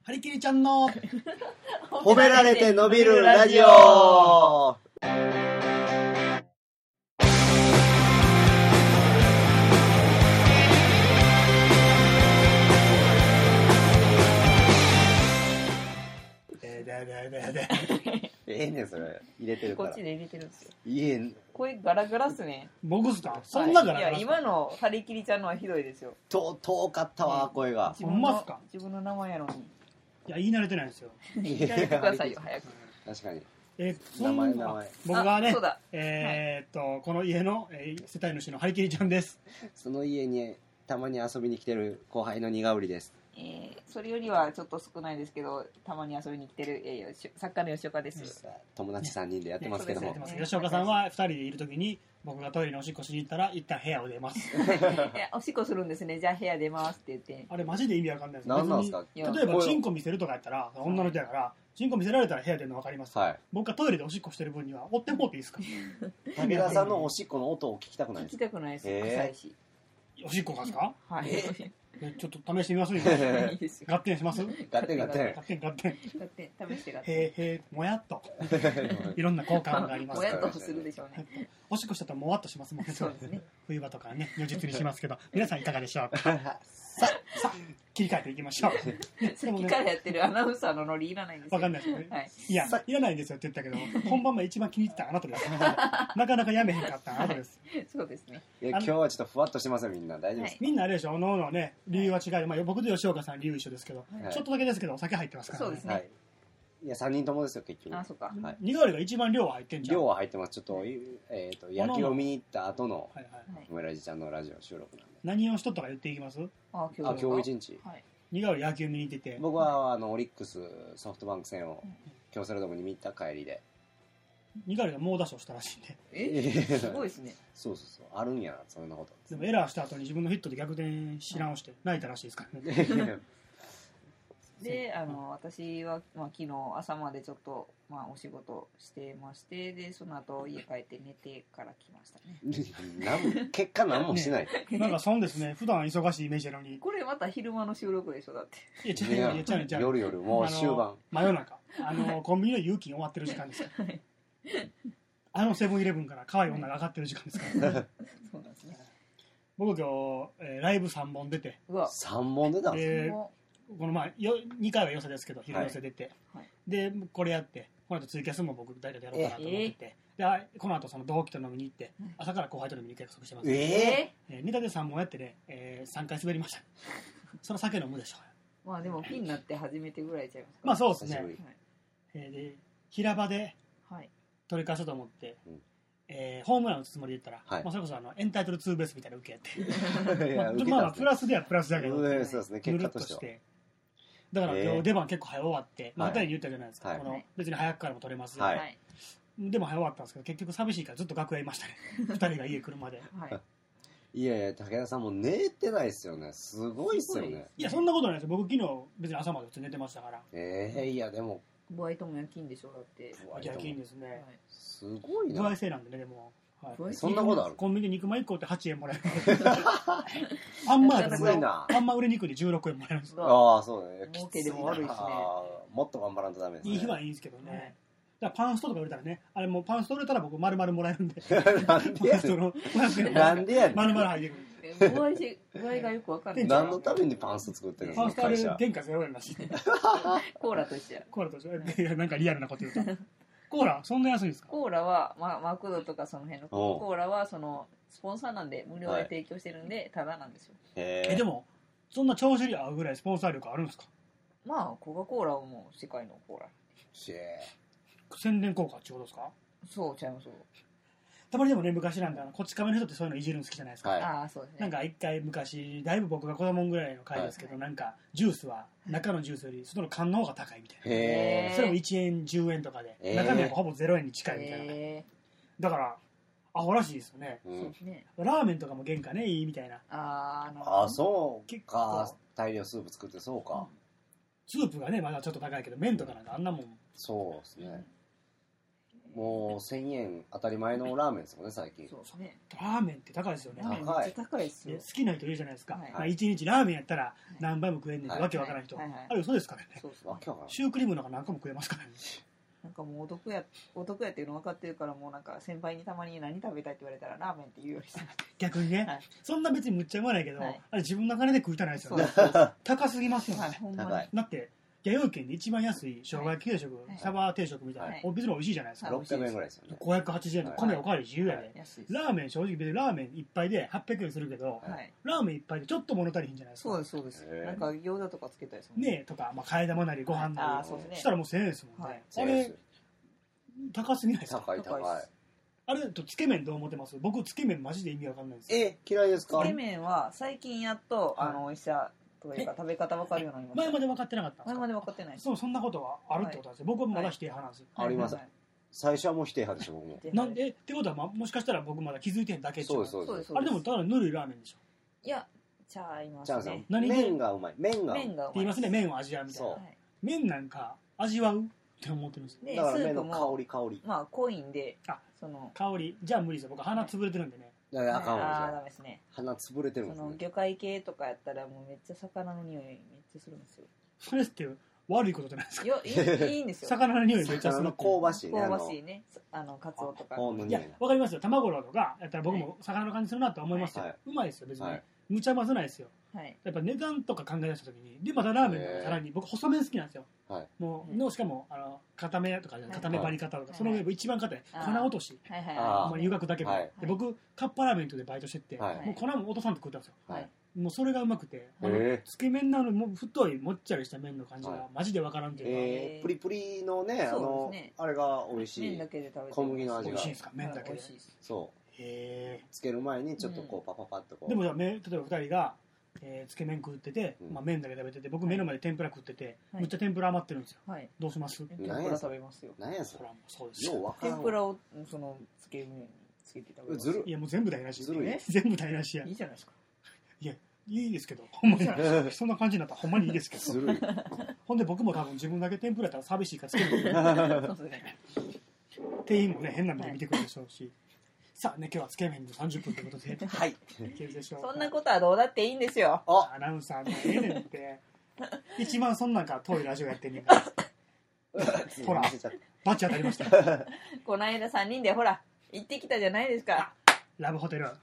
はりきりちゃんの褒められて伸びるラジオ。ねそれ入れてるから。 こっちで入れてるんですよ。声ガラガラっすね。 僕っすか？そんなガラガラ？ いや今のはりきりちゃんのはひどいですよ。 遠かったわ声が。 ほんまっすか？ 自分の名前やのに。 いや言い慣れてないんですよ。 言い慣れてくださいよ早く。 確かに。 名前僕がねこの家の世帯主のはりきりちゃんです。 その家にたまに遊びに来てる後輩のにがうりです。 それよりはちょっと少ないですけどたまに遊びに来てる作家の吉岡です。 友達3人でやってますけども、 吉岡さんは2人でいるときに僕がトイレにおしっこしに行ったら一旦部屋を出ます。 おしっこするんですね。じゃあ部屋出ますって言って。 あれマジで意味わかんないです。 何なんですか？ 例えばチンコ見せるとかやったら女の人やからチンコ見せられたら部屋出るの分かります、はい、僕がトイレでおしっこしてる分には追ってもうていいですか？ 武田さんのおしっこの音を聞きたくないですか？ 聞きたくないです。臭いし。 おしっこがですか？ はい。 ちょっと試してみますよ。合点します？合点試してもやっといろんな効果があります。 もやっとするでしょうね。 おしっこしたらもわっとしますもんね。 そうですね。 冬場とかね如実にしますけど皆さんいかがでしょうか？さあ切り替えていきましょう。 さっきからやってるアナウンサーのノリいらないんですよ。 わかんないですよね。いやいらないんですよって言ったけど本番も一番気に入ったあなたです。なかなかやめへんかったあなたです。 そうですね。 今日はちょっとふわっとしてますよみんな。大丈夫です。 みんなあれでしょ。おのおのね理由は違い。僕と吉岡さん理由一緒ですけどちょっとだけですけどお酒入ってますからね。 そうですね。 いや3人ともですよ結局。 あ、そうか。 にがわりが一番量は入ってんじゃん。 量は入ってます。ちょっと野球を見に行った後のもえらじちゃんのラジオ収録なんで。 何をしとったか言っていきます？ 今日一日。 にがわり野球見に行ってて。 僕はオリックスソフトバンク戦を京セラドームに見に行った帰りで。 にがわりが猛打賞したらしいんで。すごいですね。 そうあるんやなそんなこと。 でもエラーした後に自分のヒットで逆転し直して泣いたらしいですからね。 で私は、昨日朝までちょっと、お仕事してましてでその後家帰って寝てから来ましたね。 結果何もしない、 なんかそうですね。普段忙しいイメージなのにこれまた昼間の収録でしょ。だって夜もう終盤真夜中コンビニの有給終わってる時間ですから、セブンイレブンから可愛い女が上がってる時間ですから、 そうなんですね。 僕今日、ライブ3本出て 3本出たんですか？ この2回は寄せですけど昼寄せ出て、でこれやってこの後ツイキャスも僕大体やろうかなと思ってて、でこの後その同期と飲みに行って朝から後輩と飲みに行く約束してます。ネタで3本やってね、3回滑りました。その酒飲むでしょう。 でもピンになって初めてぐらいちゃいますか？ そうですね。で平場で取り返そうと思って、ホームラン打つつもりで言ったら、それこそエンタイトルツーベースみたいな受けやってプラスではプラスだけどぬるっとして、だから今日出番結構早終わって、2人に言ったじゃないですか、別に早くからも取れますよ、でも早終わったんですけど結局寂しいからずっと楽屋いましたね。2人が家来るまで。 いや武田さんも寝てないですよね。すごいっすよね。 いやそんなことないですよ。僕昨日別に朝まで普通寝てましたから。 いやでもホワイトも夜勤でしょ。だって夜勤ですね。 すごいな。 歩合制なんでね。でもそんなことある？ コンビニで肉まん1個って8円もらえる。あんま売れにくいで16円もらえるんです。 そうね。 儲けでも悪いですね。 もっと頑張らんとダメですね。 いい日はいいんですけどね。だからパンストとか売れたらね、あれもうパンスト売れたら僕丸々もらえるんで。 なんでやねん。 丸々入ってくる。 具合がよくわかんない。 何のためにパンスト作ってるの？ パンストあれ原価0円らしい。 コーラとしてなんかリアルなこと言うと。コーラそんな安いんですか？ コーラは、マクドとかその辺のコーラはそのスポンサーなんで無料で提供してるんでタダなんですよ。 でもそんな調子に合うぐらいスポンサー力あるんですか？ コカ・コーラはもう世界のコーラ。 宣伝効果ってことですか？ そうちゃいます。 たまにでもね昔なんかこっち亀の人ってそういうのいじるの好きじゃないですか。 そうですね。 なんか一回昔だいぶ僕が子供ぐらいの回ですけど、なんかジュースは中のジュースより外の缶の方が高いみたいな。それも1円10円とかで中身はほぼ0円に近いみたいな。だからアホらしいですよね。ラーメンとかも原価ねいいみたいな。 そうか。大量スープ作ってそうか。 スープがねまだちょっと高いけど麺とかなんかあんなもん。 そうですね。 もう1000円当たり前のラーメンですもんね最近。 そうですね。 ラーメンって高いですよね。 ラーメンめっちゃ高いですよ。 好きな人いるじゃないですか。 はいまあ1日ラーメンやったら何杯も食えんねんってわけわからない人。あれ嘘ですからね。 わけわからん。 シュークリームなんか何個も食えますからね。 なんかもうお得やっていうの分かってるから、もうなんか先輩にたまに何食べたいって言われたらラーメンって言うようにしてます。 逆にね、そんな別にむっちゃうまないけど、あれ自分の金で食いたないですよね。高すぎますよね。だって弥生県で一番安い生姜焼き定食、サバ定食みたいな、別に美味しいじゃないですか。 600円ぐらいですよね。 580円で米おかわり自由やで。ラーメン正直別にラーメン一杯で800円するけど、ラーメン一杯でちょっと物足りひんじゃないですか。 そうですそうです。なんか餃子とかつけたりするねとか、まあ替え玉なりご飯なりしたらもう1000円ですもんね。あれ高すぎないですか。 高い高い。 あれとつけ麺どう思ってます？僕つけ麺マジで意味わかんないです。 嫌いですか？ つけ麺は最近やっと美味しさというか食べ方分かるようになりました。 前まで分かってなかったんですか？ 前まで分かってない。 そんなことはあるってことなんですよ。僕はまだ否定派なんですよ。 あります。最初はもう否定派でしょ僕も。 なんでってことはもしかしたら僕まだ気づいてへんだけそうですそうです。 あれでもただぬるいラーメンでしょ。 いやちゃいますね。 麺がうまい。麺がって言いますね。麺を味わうみたいな。麺なんか味わうって思ってるんですよ。だから麺の香り。 まあ濃いんで、 その香りじゃあ無理ですよ。僕鼻潰れてるんでね。 あかんわ。 ダメですね。 鼻潰れてるんですね。 魚介系とかやったらもうめっちゃ魚の匂いめっちゃするんですよ。 それって悪いことじゃないですか。 いいんですよ。 魚の匂いめっちゃする。 香ばしいね。 香ばしいね。カツオとか。 いやわかりますよ。卵とかやったら僕も魚の感じするなと思いますよ。うまいですよ別に。むちゃまずないですよ。やっぱ値段とか考え出した時にでまたラーメンとかさらに僕細麺好きなんですよ。もうしかも固めとか固め張り方とかその上一番硬い粉落とし湯がくだけで僕カッパラーメンでバイトしててもう粉も落とさんと食ったんですよ。もうそれがうまくてつけ麺の太いもっちゃりした麺の感じがマジでわからんっていうかプリプリのねあれが美味しい小麦の味が美味しいですか麺だけでそうつける前にちょっとこうパパパッとこうでも例えば2人がつけ麺食ってて麺だけ食べてて僕目の前で天ぷら食っててむっちゃ天ぷら余ってるんですよ。どうします？ 天ぷら食べますよ。 何やそれ。 そうですよ。 天ぷらをそのつけ麺につけて食べます。 いやもう全部台無し。全部台無しや。 いいじゃないですか。 いやいいですけどほんまにそんな感じになったらほんまにいいですけどほんで僕も多分自分だけ天ぷらやったら寂しいからつける店員もね変な目で見てくるでしょうしさあね今日はつけ麺で30分ということではいそんなことはどうだっていいんですよ。 アナウンサーのええねんって一番そんなんから遠いラジオやってんねんからほらバチ当たりましたこの間3人でほら行ってきたじゃないですか。 ラブホテル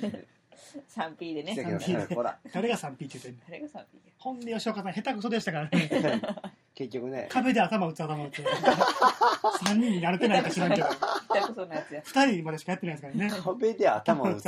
3P でね。 誰が 3P って言ってんの？ 誰が 3P？ ほんで吉岡さん下手くそでしたからね結局ね壁で頭打つ3人に慣れてないか知らんけど2人までしかやってないですからね。 壁で頭打つ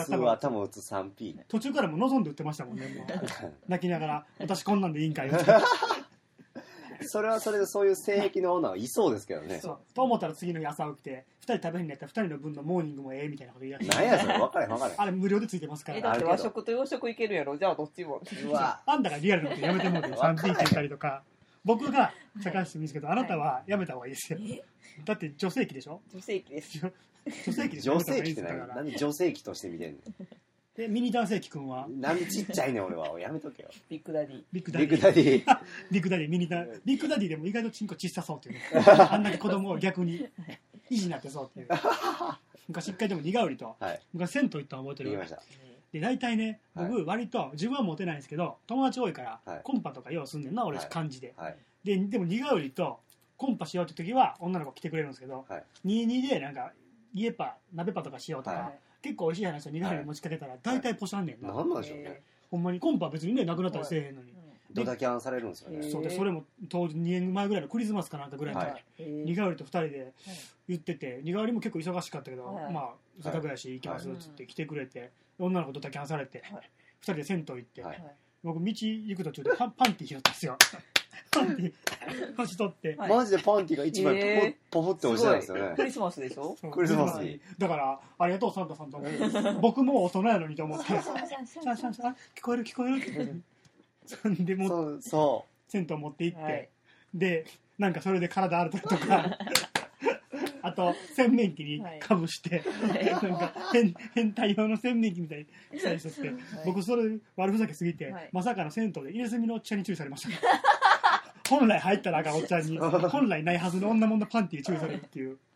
3P 途中からも望んで打ってましたもんね泣きながら私こんなんでいいんかよそれはそれでそういう性癖の女はいそうですけどね。 そうと思ったら次の日朝起きて2人食べへんのやったら2人の分のモーニングもええみたいなこと言い出して何やそれ分かれ分かれあれ無料でついてますからだって和食と洋食いけるやろじゃあどっちもうわあんたがリアルなことやめてもうて 3P って言ったりとか僕が坂下ですけどあなたはやめた方がいいですよだって女性器でしょ。 女性器です女性器って何で女性器として見てんのでミニ男性器くんはなんでちっちゃいねん俺はやめとけよ。 ビッグダディビッグダディミニダビッグダディでも意外とチンコ小さそうっていうねあんだけ子供を逆に維持になってそうっていう昔一回でも苦織と昔銭湯行ったの覚えてる。で大体ね僕割と自分はモテないんですけど友達多いからコンパとかようすんねんな俺感じででも苦織とコンパしようって時は女の子来てくれるんですけど22でなんか家パ鍋パとかしようとか結構美味しい話を苦織持ちかけたら大体ポシャんねんな。 なんなんでしょうね。 ほんまにコンパは別にねなくなったりせえへんのにドタキャンされるんですよね。 そうでそれも当時2年前ぐらいのクリスマスかなんかぐらいの時苦織と2人で言ってて苦織も結構忙しかったけどまあせっかくやし行きますっつって来てくれて女の子ドタキャンされて2人で銭湯行って僕道行く途中でパンティ拾ったんですよパンティ箸取ってマジでパンティが一枚ポフって落ちてたんですよね。 クリスマスでしょ。 クリスマスにだからありがとうサンタさんと思って僕も大人やのにと思って聞こえるそんでもう銭湯持って行ってでなんかそれで体洗ったりとかあと洗面器にかぶしてなんか変態用の洗面器みたいにしたりしてて僕それ悪ふざけすぎてまさかの銭湯で入れ墨のおっちゃんに注意されました本来入ったらあかんおっちゃんに本来ないはずの女もんのパンティー注意されるっていう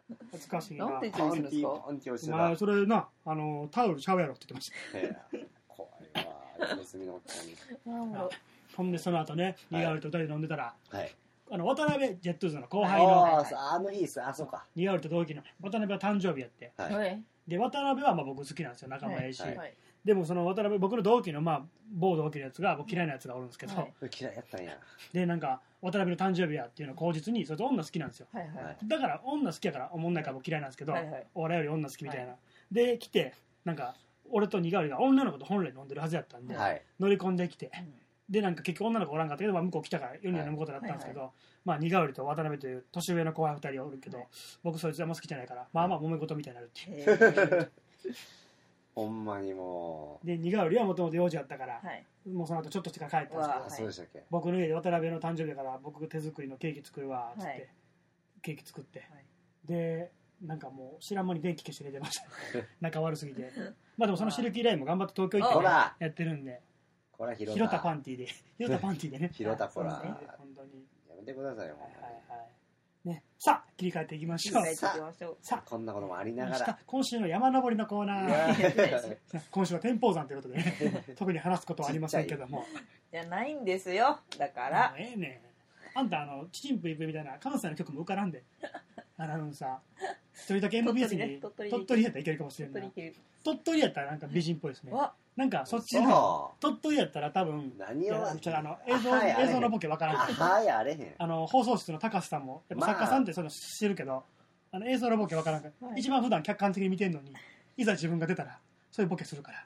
懐かしいな。 なんて言ってるんですか。 まあそれなタオルちゃうやろって言ってました。 怖いわ。娘のおっちゃんに。 ほんでその後ね、ニガウリと2人で飲んでたら、渡辺ジェットーズの後輩のいいっす、そうか。 ニガウリと同期の渡辺は誕生日やって、で渡辺はまあ僕好きなんですよ、仲間やし。でもその渡辺、僕の同期の某同期のやつが嫌いなやつがおるんですけど、 嫌いやったんや。 でなんか渡辺の誕生日やっていうのを口実に、それと女好きなんですよ。だから女好きやから思んないから僕嫌いなんですけど、お笑いより女好きみたいな。で来てなんか俺とニガウリが女の子と本来飲んでるはずやったんで、乗り込んできて。でなんか結局女の子おらんかったけど、向こう来たから4人で飲むことだったんですけど、ニガウリと渡辺という年上の後輩2人おるけど、僕そいつあんま好きじゃないから、揉め事みたいになるっていう。 ほんまにもうでニガウリはもともと幼児やったから、もうその後ちょっとしてから帰ったんですけど、僕の家で渡辺の誕生日だから僕手作りのケーキ作るわっつって、ケーキ作って、でなんかもう知らん間に電気消して寝てました仲悪すぎて。でもそのシルキーラインも頑張って東京行ってやってるんで、これは広田パンティーでね。 広田こら。本当にやめてくださいよ。 ね、さあ切り替えていきましょう。さあこんなこともありながら今週の山登りのコーナー。今週は天保山ということでね、特に話すことはありませんけども。 じゃないんですよ。だから。 ええね。あんたチチンプリプリみたいな関西の曲も受からんで。アナウンサー。一人だけ MBS に鳥取やったらいけるかもしれない。鳥取やったらなんか美人っぽいですね。なんかそっちの鳥取やったら多分映像のボケわからんけど、放送室の高須さんもやっぱ作家さんってそういうの知るけど、映像のボケわからんから、一番普段客観的に見てんのに、いざ自分が出たらそういうボケするから。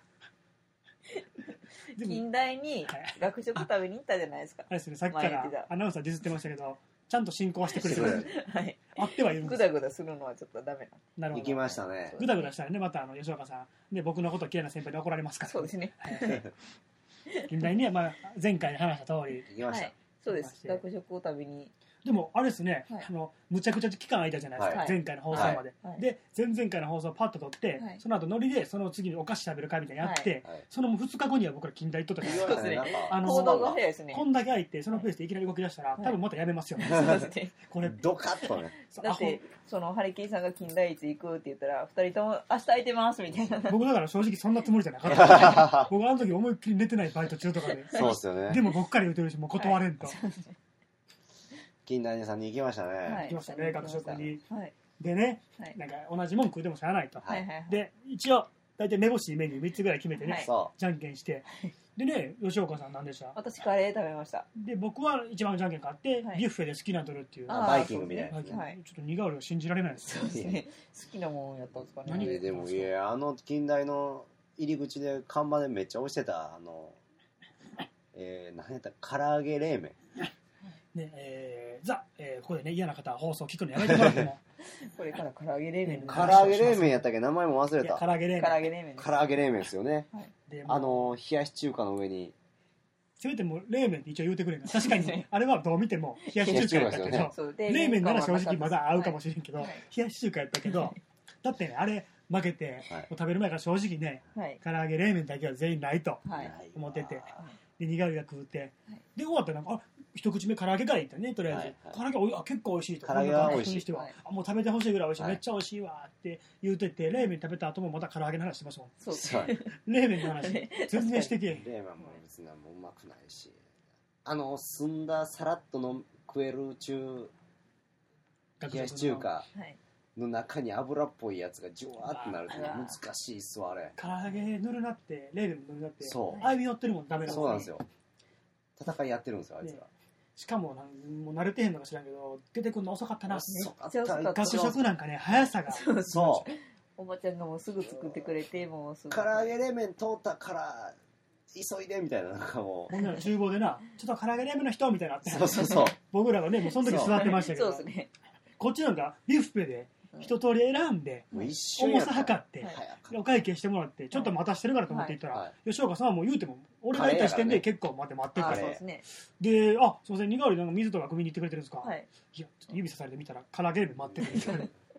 近代に学食食べに行ったじゃないですか。 あれですね、さっきからアナウンサーディスってましたけど、ちゃんと進行はしてくれてる。あってはいるんです。 グダグダするのはちょっとダメな。行きましたね。 グダグダしたらね、また吉岡さんで僕のこと嫌いな先輩に怒られますから。 そうですね。 近代には前回話した通り行きました。 そうです。学食を食べに。 でもあれですね、むちゃくちゃ期間空いたじゃないですか、前回の放送まで。で前々回の放送をパッと撮って、その後ノリでその次にお菓子食べる会みたいなやって、その2日後には僕ら近代行っとったじゃないですか。 行動が早いですね。 こんだけ空いてそのペースでいきなり動き出したら、多分またやめますよね。 これドカッとね。 だってそのハリケーンさんが近代一行くって言ったら2人とも明日空いてますみたいな。 僕だから正直そんなつもりじゃなかった。僕あの時思いっきり寝てないバイト中とかで。 そうですよね。 でも僕から言うてるしもう断れんと。 近代さんに行きましたね。 行きましたね、学食に。でね、なんか同じもん食うでもしゃあないと。で、一応、大体めぼしいメニュー3つぐらい決めてね、じゃんけんして。でね、吉岡さん何でした？ 私カレー食べました。 で、僕は一番じゃんけん買って、ビュッフェで好きなの取るっていう。 バイキングみたいな。ちょっと苦織が信じられないですよ。 そうですね。好きなもんやったんですかね。 でも、近代の入り口で看板でめっちゃ押してた、何やった唐揚げ冷麺。 ね、ここでね嫌な方は放送聞くのやめてもらってもこれから唐揚げ冷麺唐揚げ冷麺やったっけ、名前も忘れた。 唐揚げ冷麺唐揚げ冷麺ですよね。冷やし中華の上にせめても冷麺って一応言うてくれんから。確かにあれはどう見ても冷やし中華やったけど、冷麺なら正直まだ合うかもしれんけど、冷やし中華やったけど、だってねあれ負けて食べる前から正直ね、唐揚げ冷麺だけは全員ないと思ってて、で苦いが食うて、で終わったらなんか一口目唐揚げからいったね、とりあえず唐揚げ結構美味しいと、 唐揚げは美味しい、 もう食べてほしいぐらい美味しい、めっちゃ美味しいわって言うてて、冷麺食べた後もまた唐揚げの話してましたもん。 そう冷麺の話全然してけえへん。 冷麺も別にもうまくないし、澄んださらっとの食える冷やし中華の中に油っぽいやつがジュワーってなるって難しいっすわあれ。 唐揚げ塗るなって、冷麺塗るなって、 そう相見寄ってるもんダメなんですよ。 そうなんですよ。戦いやってるんですよあいつら。 しかももう慣れてへんのか知らんけど出てくるの遅かったな。 遅かった。 学食なんかね速さが。 そう。おばちゃんがもうすぐ作ってくれて、もうすぐ。 唐揚げ冷麺通ったから急いでみたいな、なんかもう。 ほんなら厨房でな、ちょっと唐揚げ冷麺の人みたいなって。 そう。 僕らがねもうその時座ってましたけど。 そうですね。 こっちなんかビュッフェで一通り選んで、重さ測って、お会計してもらって、ちょっと待たしてるからと思って行ったら、吉岡さんはもう言うても、俺がいた時点で結構待ってるから。で、すいません、苦織なんか水とか汲みに行ってくれてるんですか？いや、ちょっと指さされてみたら、唐揚げ冷麺待ってる。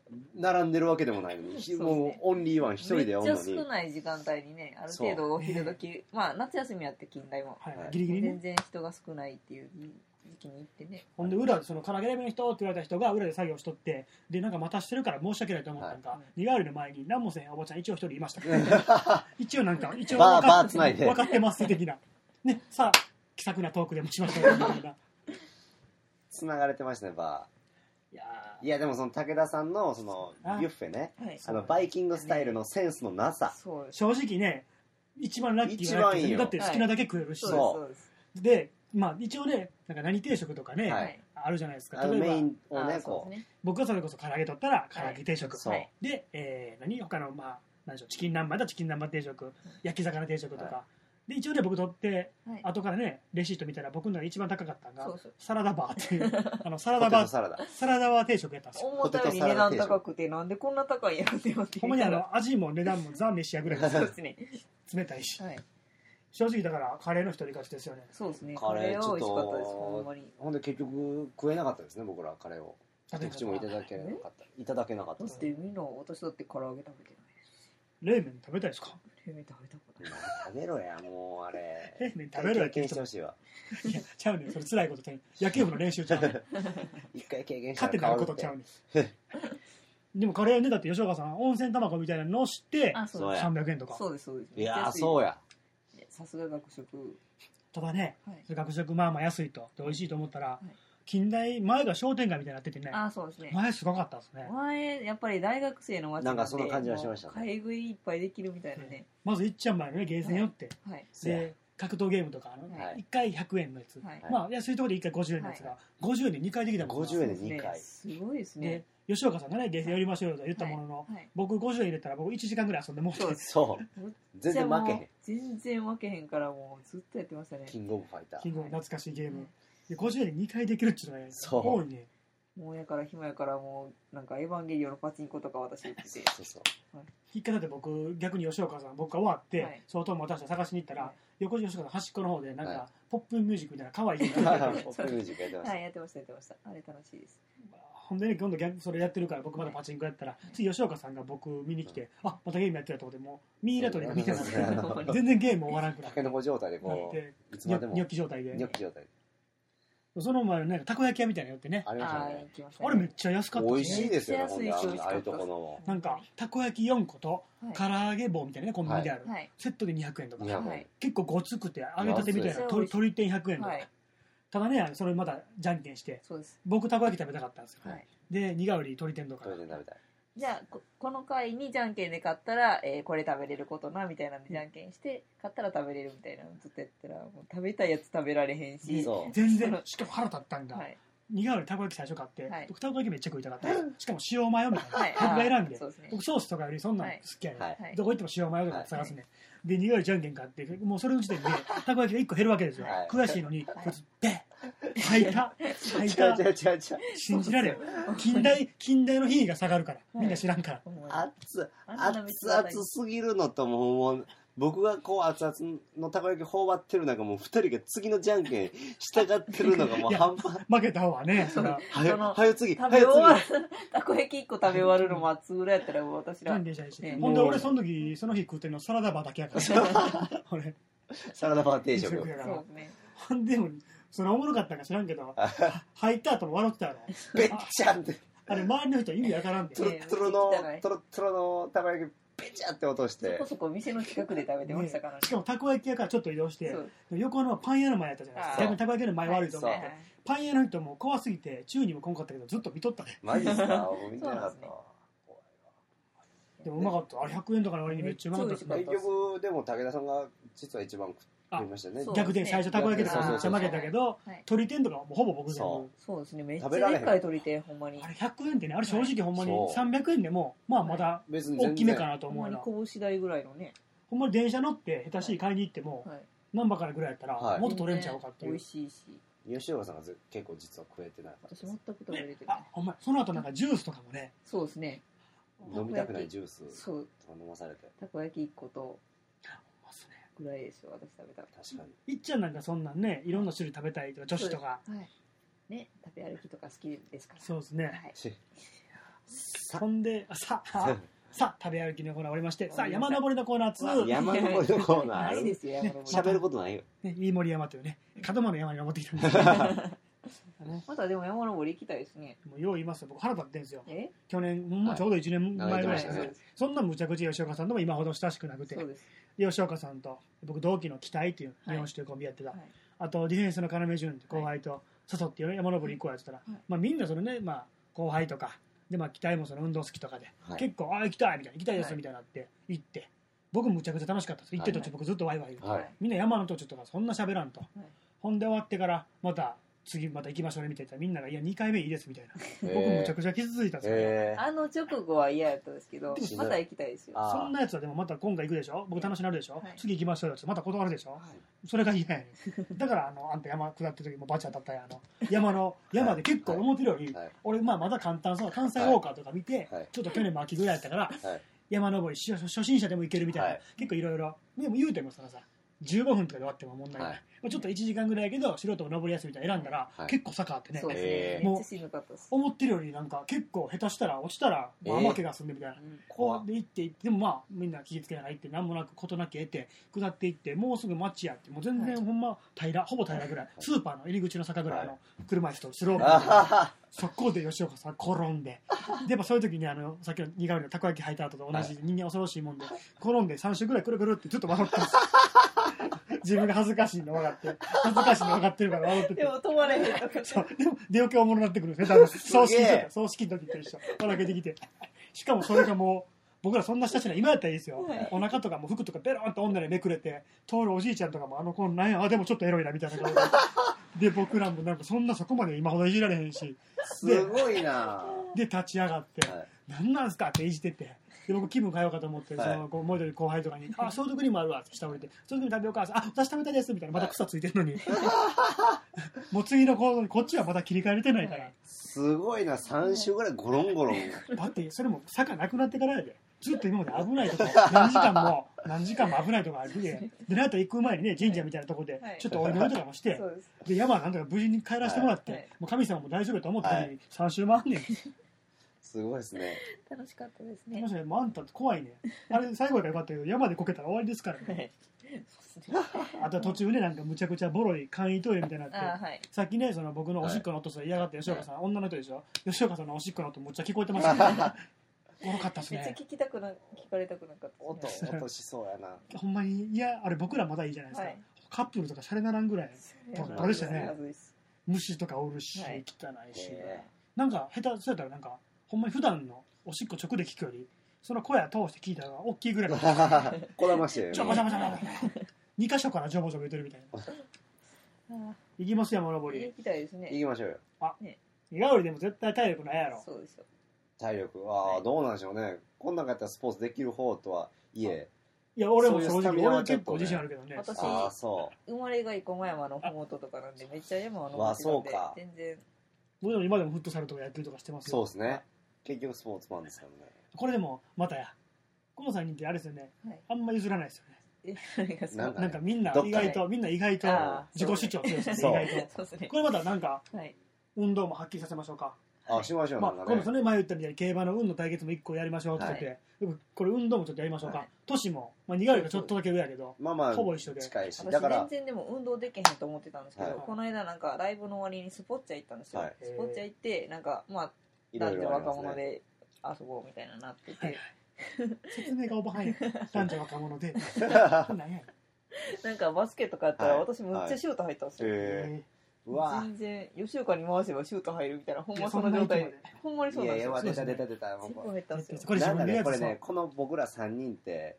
並んでるわけでもないのに、もうオンリーワン一人でおんのに。 めっちゃ少ない時間帯にね、ある程度お昼時、まあ夏休みやって近代も、 ギリギリね、 全然人が少ないっていう時期に行ってね。 ほんで裏その唐揚げレベルの人って言われた人が裏で作業しとって、でなんか待たしてるから申し訳ないと思ったんか、身代わりの前に何もせんおばちゃん一応一人いました一応なんか一応バーつないで分かってます的なね、さあ気さくなトークでもしましょうみたいな繋がれてましたね、バー。いやでもその武田さんのそのビュッフェね、バイキングスタイルのセンスのなさ、 正直ね一番ラッキーなやつだって好きなだけ食えるし、でまあ一応ねなんか何定食とかね、あるじゃないですか。例えばメインをねこう僕がそれこそ唐揚げ取ったら唐揚げ定食、で他のまあ何でしょうチキン南蛮だチキン南蛮定食、焼き魚定食とか。で一応ね僕取って、後からねレシート見たら僕の中で一番高かったのがサラダバーっていうサラダバー定食やったんですよ。 思ったより値段高くてなんでこんな高いんやろって思って、 ほんまに味も値段もザ・メシアぐらいそうですね、 冷たいし、正直だからカレーの一人勝ちですよね。 そうですね、カレーは美味しかったです。ほんまにほんで結局食えなかったですね、僕らカレーを一口もいただけなかっただってみんな私だって唐揚げ食べてないです冷麺食べたいですか。 冷麺食べたことない。 食べろやもうあれ。 冷麺食べろや経験してほしいわ。 いやちゃうねん、それ辛いことちゃう。野球部の練習ちゃうねん。 一回経験したら勝てないことちゃうねん。でもカレーねだって吉岡さん温泉卵みたいなののして300円とか。 そうですそうです。 いやそうや。 さすが学食。 ただね、学食まあまあ安いとで美味しいと思ったら。近代前が商店街みたいになっててね。 そうですね。 前すごかったですね。 前やっぱり大学生の街なんかそんな感じはしましたね。 買い食いいっぱいできるみたいなね。 まずいっちゃん前のねゲーセン寄って、で格闘ゲームとか1回100円のやつ、まあ安いところで1回50円のやつが50円で2回できたもん。 50円で2回。 すごいですね。 吉岡さんがねゲーセン寄りましょうよと言ったものの、僕50円入れたら僕1時間ぐらい遊んでもうて。 そう全然負けへん。 全然負けへんからもうずっとやってましたね。 キングオブファイター。 キングオブ懐かしいゲーム。50円で2回できるっていうのが多いね。 もうやから暇やからもうなんかエヴァンゲリオンのパチンコとか私言ってて、 一回だって僕逆に吉岡さん僕が終わって相当も私探しに行ったら横に吉岡さん端っこの方でなんかポップミュージックみたいな可愛いポップミュージックやってました。 はい、やってましたあれ楽しいです。 ほんでね今度それやってるから僕まだパチンコやったら次吉岡さんが僕見に来てまたゲームやってるとこでもうミイラ取りが見てます全然ゲーム終わらんくらいタケノコ状態でこういつまでもニョッキ状態でその前のねたこ焼き屋みたいなのやってね、 ありましたね。 あれめっちゃ安かった。 美味しいですよね。ああいうとこのなんかたこ焼き4個と唐揚げ棒みたいなねコンビニであるセットで200円とか、結構ごつくて揚げたてみたいな鶏天100円とか。ただねそれまたじゃんけんして僕たこ焼き食べたかったんですよ。で苦売り鶏天とか。 じゃあこの回にじゃんけんで買ったら、これ食べれることなみたいなんでじゃんけんして買ったら食べれるみたいなのずっとやったらもう食べたいやつ食べられへんし全然しかも腹立ったんだ、苦売りたこ焼き最初買って、僕たこ焼きめっちゃ食いたかった、しかも塩マヨみたいな、僕が選んで、僕ソースとかよりそんなの好きやね、どこ行っても塩マヨとか探すね、で苦売りじゃんけん買ってもうそれの時点でたこ焼きが1個減るわけですよ、悔しいのにこいつで吐いた信じられん。近代の品位が下がるからみんな知らんから。 熱すぎるのともう僕がこう熱々のたこ焼き頬張ってる中もう2人が次のじゃんけん従ってるのがもう半端負けた方はねそら早次たこ焼き1個食べ終わるのも熱ぐらいやったら私らほんで俺その日食ってるのサラダバーだけやから俺サラダバー定食ほんでもそれおもろかったか知らんけど入った後も笑ってたやろべっちゃんってあれ周りの人意味わからんでトロトロのたこ焼きべちゃって落としてそこそこ店の近くで食べてましたからね。 しかもたこ焼き屋からちょっと移動して横のパン屋の前やったじゃないですか。逆にたこ焼き屋の前悪いと思ってパン屋の人も怖すぎて宙にも来んかったけどずっと見とったね。 マジですか見てなかったでもうまかった。あれ100円とかの割にめっちゃうまかったですね。 結局でも武田さんが実は一番食いましたね。 逆で最初たこ焼きとかめっちゃ負けたけど鶏天とかもほぼ僕全部。 そうですね。めっちゃでっかい鶏天ほんまに。 あれ100円ってねあれ正直ほんまに300円でもまあまだ大きめかなと思うな。 ほんまに拳台ぐらいのね。 ほんまに電車乗って下手しい買いに行っても何羽からぐらいやったらもっと取れんちゃうかっていう。 美味しいし。 吉岡さんが結構実は食えてない。 私全く食べれてない。 ほんまその後なんかジュースとかもね。 そうですね。 飲みたくないジュースとか飲まされて。 たこ焼き1個とぐらいですよ私食べた。 確かに。いっちゃんなんかそんなんねいろんな種類食べたいとか女子とか。 ね食べ歩きとか好きですから。 そうですね。 ほんでさあ食べ歩きのコーナー終わりまして、さあ山登りのコーナー2。 山登りのコーナーないですよ、山登り。 喋ることないよ。 飯盛山というね、門真の山に登ってきたんですまたでも山登り行きたいですね。 もうよう言いますよ、僕腹立ってんですよ。去年、ちょうど1年前ぐらいですね。そんなむちゃくちゃ吉岡さんとも今ほど親しくなくて、吉岡さんと僕同期の期待っていう日本酒というコンビやってた、あとディフェンスの要潤って後輩と誘って山登り行こうやってたら、みんなそのね、後輩とかで、期待もその運動好きとかで、結構行きたいみたいな、行きたいですみたいになって行って、僕むちゃくちゃ楽しかったです。行って途中僕ずっとワイワイ言うて、みんな山の途中とかそんな喋らんと、ほんで終わってから次また行きましょうねみたいな、みんながいや2回目いいですみたいな、僕むちゃくちゃ傷ついたんですよ、 直後は嫌やったんですけど、また行きたいですよ。 そんなやつはでもまた今回行くでしょ、僕楽しなるでしょ、次行きましょうよってまた断るでしょ、それが嫌やねん。だからあんた山下ってる時もバチ当たったや山で結構思ってるより、俺まだ簡単そう関西ウォーカーとか見て、ちょっと去年も秋ぐらいやったから、山登り初心者でも行けるみたいな、結構いろいろでも言うてもさ15分とかで終わっても問題ない、ちょっと1時間ぐらいやけど素人も登りやすいみたいな選んだら、結構坂あってね、もう思ってるよりなんか結構下手したら落ちたら甘けが済んでみたいな、こうで行ってでもみんな気ぃつけながら行って何もなくことなく得て下っていって、もうすぐ街やって、もう全然ほんまほぼ平らぐらい、スーパーの入り口の坂ぐらいの車椅子とスロープでそこで吉岡さん転んで、でもそういう時にさっきの似顔絵のたこ焼き履いた後と同じ人間恐ろしいもんで、転んで3周ぐらいくるくるってずっと笑ってます。自分が恥ずかしいの分かってるから笑ってて、 でも止まれへんとか、 でも出受けおもろなってくるんですね、葬式の時と一緒、笑けてきて、しかもそれがもう僕らそんな親しいの今やったらいいですよ、お腹とかも服とかベロンと女でめくれて通るおじいちゃんとかも子なんやでもちょっとエロいなみたいな顔で僕らもなんかそこまで今ほどいじられへんし、 すごいなで立ち上がって、何なんすかっていじってて、で僕気分変えようかと思って、もう一人後輩とかに「消毒にもあるわ」って下降りて「消毒に食べようか」私食べたいです」みたいな、まだ草ついてるのにもう次の行動にこっちはまだ切り替えれてないから、 すごいな、3週ぐらいゴロンゴロンだってそれも坂なくなってからやで、ずっと今まで危ないとこ何時間も危ないとこあるで、なんと行く前にね神社みたいなとこでちょっとお祈りとかもして、で山なんとか無事に帰らせてもらって、もう神様も大丈夫と思ったのに3週回んねん。 すごいですね。 楽しかったですね。 もうあんたって怖いね。あれ最後やからよかったけど山でこけたら終わりですからね。あと途中ねなんかむちゃくちゃボロい簡易トイレみたいになって、さっきね僕のおしっこの音さ嫌がって吉岡さん、女の人でしょ、吉岡さんのおしっこの音むっちゃ聞こえてましたね。おもろかったですね。 めっちゃ聞かれたくなかった。 音しそうやな。 ほんまにあれ僕らまだいいじゃないですか。カップルとかシャレならんぐらいどうでしたね。虫とかおるし、汚いし、なんか下手そうやったらなんかほんまに普段のおしっこ直で聞くよりその小屋通して聞いたら大きいぐらいのこだましてるジョボジョボジョボ2箇所からジョボジョボ言ってるみたいな。行きますよ山登り。 行きたいですね。 行きましょうよ。 似顔絵でも絶対体力ないやろ。 そうですよ。 体力どうなんでしょうね。こんなんやったらスポーツできる方とはいえ、 いや俺も正直俺結構自信あるけどね。 私生まれが生駒山のふもととかなんでめっちゃ山を登ってたんで全然。 僕でも今でもフットサルとか野球とかしてますよ。 そうですね。結局スポーツマンですからね。 これでもまたこの3人ってあれですよね、あんま譲らないですよね。なんかみんな意外と自己主張強いですね。意外とこれまたなんか運動もはっきりさせましょうか。 しましょう。 今度それ前言ったみたいに競馬の運の対決も1個やりましょうって言って、これ運動もちょっとやりましょうか。年も似顔絵がちょっとだけ上やけどほぼ一緒で近いし、 だから全然でも運動できへんと思ってたんですけど、この間なんかライブの終わりにスポッチャ行ったんですよ。スポッチャ行ってなんか男女若者で遊ぼうみたいななってて、 説明がおばはんや。男女若者でなんかバスケとかやったら私むっちゃシュート入ったんですよ。全然吉岡に回せばシュート入るみたいな、ほんまその状態で、ほんまにそうなんですよ。 出たこれね、この僕ら3人って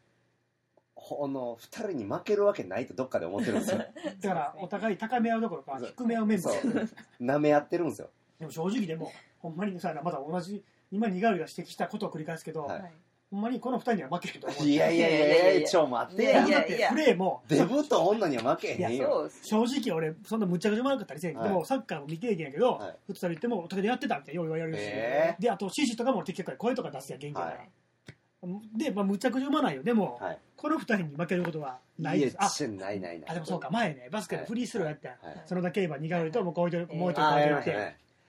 2人に負けるわけないとどっかで思ってるんですよ。 だからお互い高め合うどころか低め合うメンバーなめ合ってるんですよ。 でも正直でもほんまにさ、まだ同じ今似顔絵が指摘したことを繰り返すけど、ほんまにこの2人には負けへんと思う。 いやちょ待って、 だってプレーもデブと女には負けへんよ。 正直俺そんなむっちゃくちゃうまかったりせんけど、でもサッカーも未経験やけどフットサル行ってもお互いでやってたみたいなよう言われるし、であとシーシーとかも適格声とか出すやん元気やからで、むちゃくちゃうまないよ。でもこの2人に負けることはないです。 ないでもそうか、前ねバスケのフリースローやったそのだけ言えば似顔絵ともうこういうとこって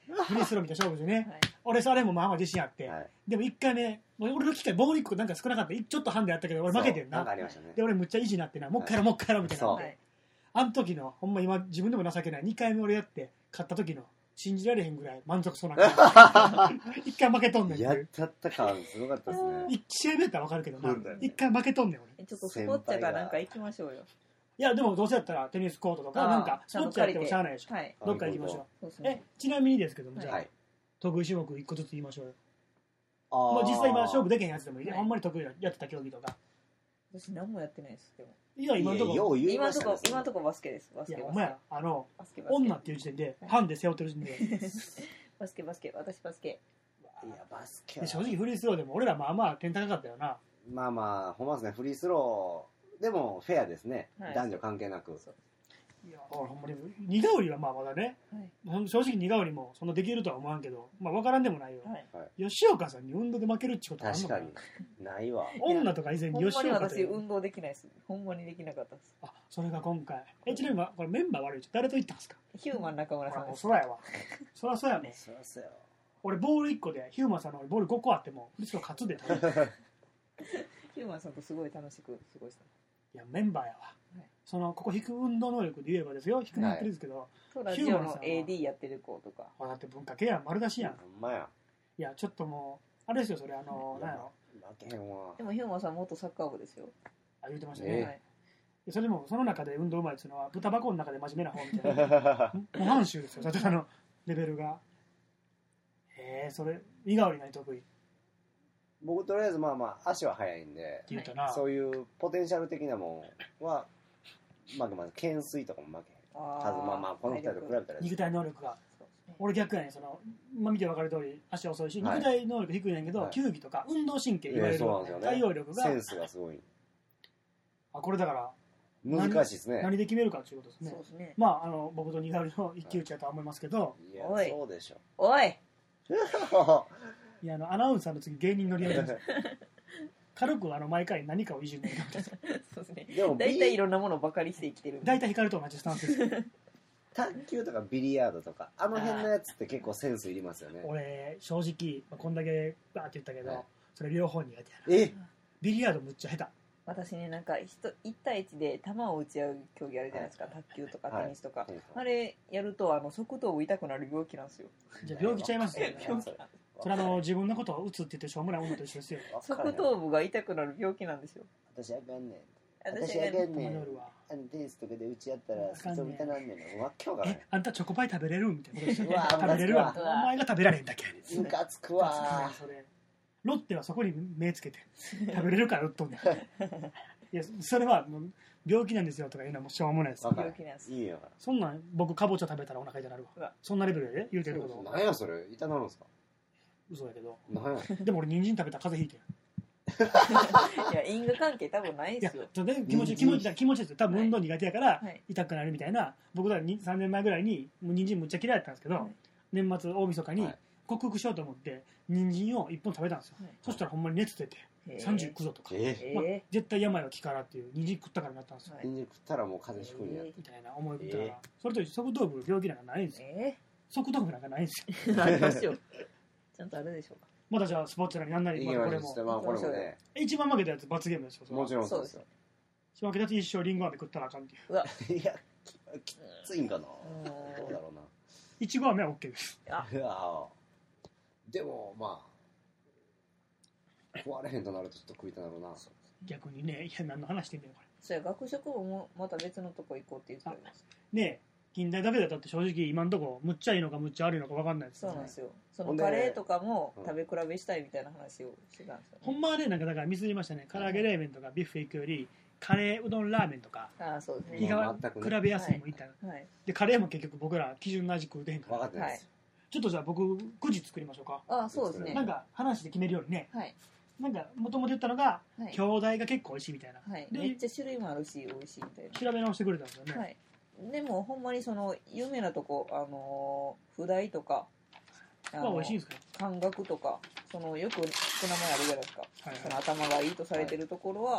フリースローみたいな勝負でね、俺それもまあまあ自信あって、でも1回目俺の機会ボール1個なんか少なかった、ちょっとハンデやったけど俺負けてんな。で俺むっちゃ意地になってな、もう一回やろうもう一回やろうみたいな。あの時のほんま今自分でも情けない2回目俺やって勝った時の信じられへんぐらい満足そうな感じ。1回負けとんねん。 やった感すごかったですね。 1試合目やったら分かるけどな、1回負けとんねん俺。 ちょっとスポッチャかなんか行きましょうよ。 いやでもどうせやったらテニスコートとかなんかスポッチャやってもしゃあないでしょ、どっか行きましょう。ちなみにですけども、じゃあ得意種目1個ずつ言いましょうよ。まあ実際今勝負できへんやつでもいい、ほんまに得意やってた競技とか。 私何もやってないです。でもいや今のとこ今のとこバスケです。バスケ。いやお前女っていう時点でハンデ背負ってる時点でバスケ私バスケ。 いやバスケ正直フリースローでも俺らまあまあ点高かったよな。 まあまあほんまですね。フリースローでもフェアですね、男女関係なく。 いやほんまに苦織はまあまだね、正直苦織もそんなできるとは思わんけど、まあ分からんでもないよ、吉岡さんに運動で負けるってことあるのかな。 確かにないわ。 女とか以前に吉岡ほんまに私運動できないです。ほんまにできなかったです。 あ、それが今回ちなみにこれメンバー悪い。誰と行ったんですか。 ヒューマン中村さんです。 そらやわそらそうやね。 そらそうやわ。 俺ボール1個でヒューマンさんのボール5個あってもフリースロー勝つでヒューマンさんとすごい楽しく過ごした。 いやメンバーやわ、そのここ引く運動能力で言えばですよ、引くのやってるんですけど、 ラジオの AD やってる子とかだって文化系やん、丸出しやん。 ほんまや。 いやちょっともうあれですよ、それなんやろ、 負けへんわ。 でもヒューマンさん元サッカー部ですよ。 あ、言ってましたね、それでもその中で運動うまいっていうのは豚箱の中で真面目な方みたいな模範囚ですよ、レベルが。それ伊賀織何得意。 僕とりあえずまあまあ足は速いんで、そういうポテンシャル的なもんは負けます。懸垂とかも負けへん。まあまあこの2人と比べたら肉体能力が、俺逆やねん。見て分かる通り足遅いし、肉体能力低いねんけど、球技とか運動神経言われる対応力がセンスがすごい。 これだから難しいですね。 何で決めるかっていうことですね。まあ僕と似顔絵の一騎打ちだとは思いますけど、 いやそうでしょ。 おいいやアナウンサーの次芸人乗り合いです軽く毎回何かをいじるのみたいな。 そうですね。大体いろんなものをバカにして生きてる。 大体光と同じスタンスです。 卓球とかビリヤードとかあの辺のやつって結構センスいりますよね。 俺正直こんだけバーって言ったけど、それ両方苦手やな。ビリヤードむっちゃ下手。 私ね、なんか1対1で球を打ち合う競技あるじゃないですか、卓球とかテニスとか、あれやると側頭部痛くなる病気なんですよ。 じゃあ病気ちゃいますよね。それ自分のことを打つって言ってしょうもない女と一緒ですよ。 側頭部が痛くなる病気なんですよ。 私あかんねん。私あかんねん。テニスとかで打ち合ったら外痛なんねん。わっきょうがない。 あんたチョコパイ食べれるみたいなことですよ。食べれるわ。お前が食べられへんだけやねん。 ムカつくわ。 ロッテはそこに目つけて食べれるから打っとんねん。いやそれはもう病気なんですよとか言うのはもうしょうもないです。 病気なんです。 いいよ。 そんなん僕かぼちゃ食べたらお腹痛なるわ。そんなレベルで言うてること。 何やそれ、痛なるんですか。 嘘やけど。 何や。 でも俺人参食べたら風邪ひいていや因果関係多分ないですよ。 気持ちですよ。多分運動苦手やから痛くなるみたいな。僕ら3年前ぐらいにもう人参むっちゃ嫌いだったんですけど、年末大晦日に克服しようと思って人参を1本食べたんですよ。そしたらほんまに熱出て39度とか、絶対病は気からっていう人参食ったからなったんですよ。 人参食ったらもう風邪ひくんやみたいな思いったら、それと側頭部病気なんかないんですよ。側頭部なんかないんですよ。 ありますよ。ちゃんとあるでしょうか。 まだじゃあスポーツなりなんなり、これもね、一番負けたやつ罰ゲームですよ。 もちろんそうですよ。 負けたやつ一生リンゴ飴食ったらあかんっていう。 いやきついんかな。どうだろうな。 いちご飴は OK です。 でもまあ壊れへんとなるとちょっと食いたなるな。 逆にね、いや何の話してんだよこれ。 それ学食もまた別のとこ行こうって言ってたんです。 ねえ、近代だけだって正直今のとこむっちゃいいのかむっちゃ悪いのか分かんないです。 そうなんですよ。そのカレーとかも食べ比べしたいみたいな話をしてたんですよ。 ほんまはね、なんかだからミスりましたね。唐揚げ冷麺とかビュッフェ行くよりカレーうどんラーメンとか日が比べやすいもんいったら、でカレーも結局僕ら基準の味食うてへんから。ちょっとじゃあ僕くじ作りましょうか。 そうですね。 なんか話で決めるようにね。なんかもともと言ったのが兄弟が結構美味しいみたいな。 めっちゃ種類もあるし美味しいみたいな。 調べ直してくれたんですよね。 でもほんまにその有名なとこ普代とか美味しいんですか。 漢学とかそのよく名前あるじゃないですか。その頭がいいとされてるところは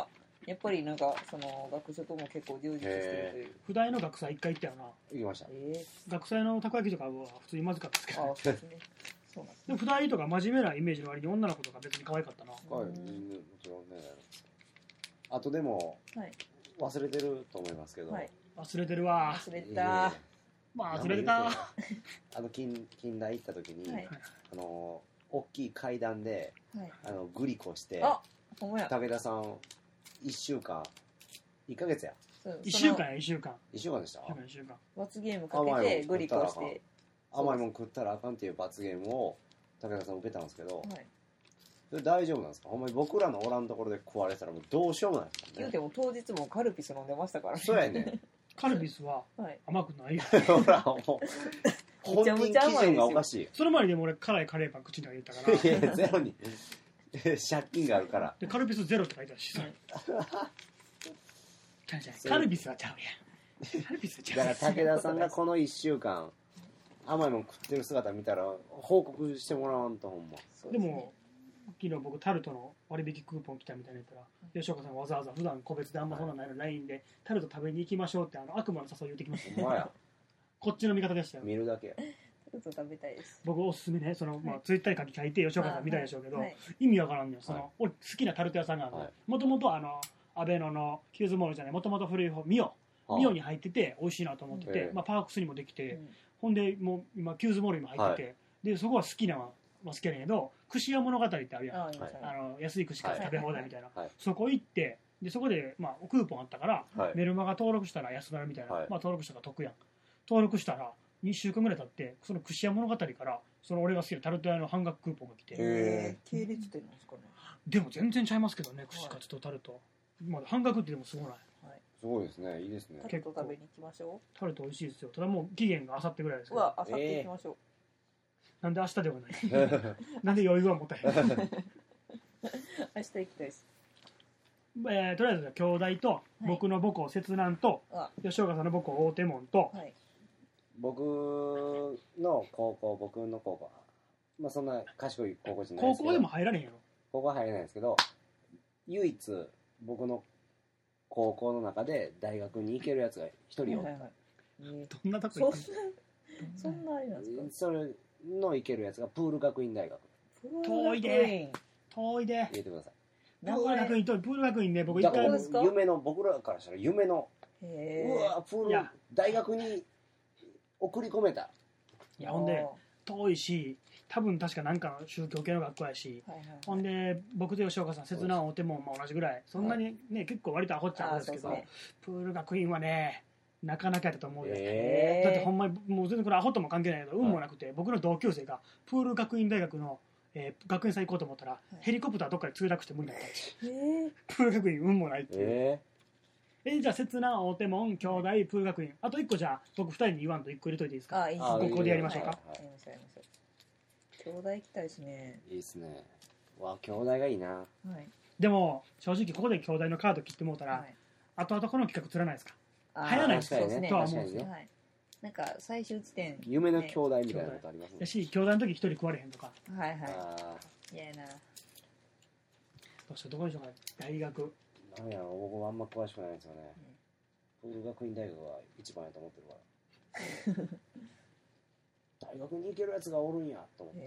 やっぱりなんかその学食も結構充実してるという。 普代の学祭1回行ったよな。 行きました。 学祭のたこ焼きとかは普通にまずかったですけど。 そうですね。そうなんですね。 で普代とか真面目なイメージの割に女の子とか別に可愛かったな。はい、もちろんね。 あとでも忘れてると思いますけど。 忘れてるわ。 忘れた。 まあ忘れてた。 近代行った時に大きい階段でグリコして。武田さん1週間1ヶ月や 1週間1 週間でした罰ゲームかけてグリコして甘いもん食ったらあかんっていう罰ゲームを武田さん受けたんですけど、それ大丈夫なんですか？ほんまに僕らのおらんところで食われたらもうどうしようもないですよね。でも当日もカルピス飲んでましたからね。 そうやね。 カルピスは甘くないよ。 ほらもう本人基準がおかしい。 その前にでも俺辛いカレーパン口に入れたから。 いやゼロに借金があるからでカルピスゼロって書いてあるし、カルピスはちゃうやん。カルピスはちゃうやん。 だから武田さんがこの1週間甘いもん食ってる姿見たら報告してもらわんとほんま。 でも昨日僕タルトの割引クーポン来たみたいな言ったら、吉岡さんがわざわざ普段個別であんまそんなないの LINE でタルト食べに行きましょうって悪魔の誘い言ってきましたよ。こっちの味方でしたよ。 見るだけや。 食べたいです。 僕おすすめね、ツイッターに書いて吉岡さん見たでしょうけど、意味わからんねよ。俺好きなタルト屋さんがあるの。もともとアベノのヒューズモールじゃない、もともと古い方ミオに入ってて美味しいなと思ってて、パークスにもできて、ほんでもう今キューズモールにも入ってて、でそこは好きな好きやねんけど、串屋物語ってあるやん。安い串から食べ放題みたいな。そこ行ってでそこでクーポンあったからメルマガ登録したら安くなるみたいな。登録したら得やん。登録したら2週間ぐらい経ってその串屋物語からその俺が好きなタルト屋の半額クーポンが来て、 系列店なんですかね。 でも全然ちゃいますけどね、串カツとタルト、半額ってでもすごない？ すごいですね、いいですね。 タルト食べに行きましょう。 タルト美味しいですよ。ただもう期限が明後日ぐらいですけど。明後日行きましょう。 なんで明日ではないなんで余裕は持たへん。 明日行きたいです。 とりあえず兄弟と僕の母校摂南と吉岡さんの母校大手門と、 僕の高校そんな賢い高校じゃないですけど、 高校でも入られへんやろ。 高校は入れないんですけど、唯一僕の高校の中で大学に行けるやつが一人おった。 どんなとこ行くの？ そんなあれなんですか？ それの行けるやつがプール学院大学。 遠いで入れてください。プール学院ね、僕一回夢の、僕らからしたら夢の、うわプール大学に送り込めた。 いやほんで遠いし、多分確かなんかの宗教系の学校やし、ほんで僕と吉岡さん摂南大手門も同じぐらい、そんなにね結構割とアホっちゃうんですけど、プール学院はねなかなかやったと思うよ。だってほんまにもう全然これアホとも関係ないけど運もなくて、僕の同級生がプール学院大学の学園祭行こうと思ったら、ヘリコプターどっかで墜落して無理だったんです。プール学院運もないっていう。じゃあ摂南大手門兄弟プール学院、あと1個じゃあ僕2人に言わんと1個入れといていいですか？ここでやりましょうか。 兄弟行きたいですね。 いいですね。わ兄弟がいいな。 でも正直ここで兄弟のカード切ってもうたら、後々この企画釣らないですか？入らないですとは思うんですよ。 なんか最終地点夢の兄弟みたいなことありますね。 やし兄弟の時一人食われへんとか。 はいはい。嫌やな。 どうしよう、どこでしょうか。大学。 なんやろ、僕もあんま詳しくないんですよね。プール学院大学が一番やと思ってるから。大学に行けるやつがおるんやと思って。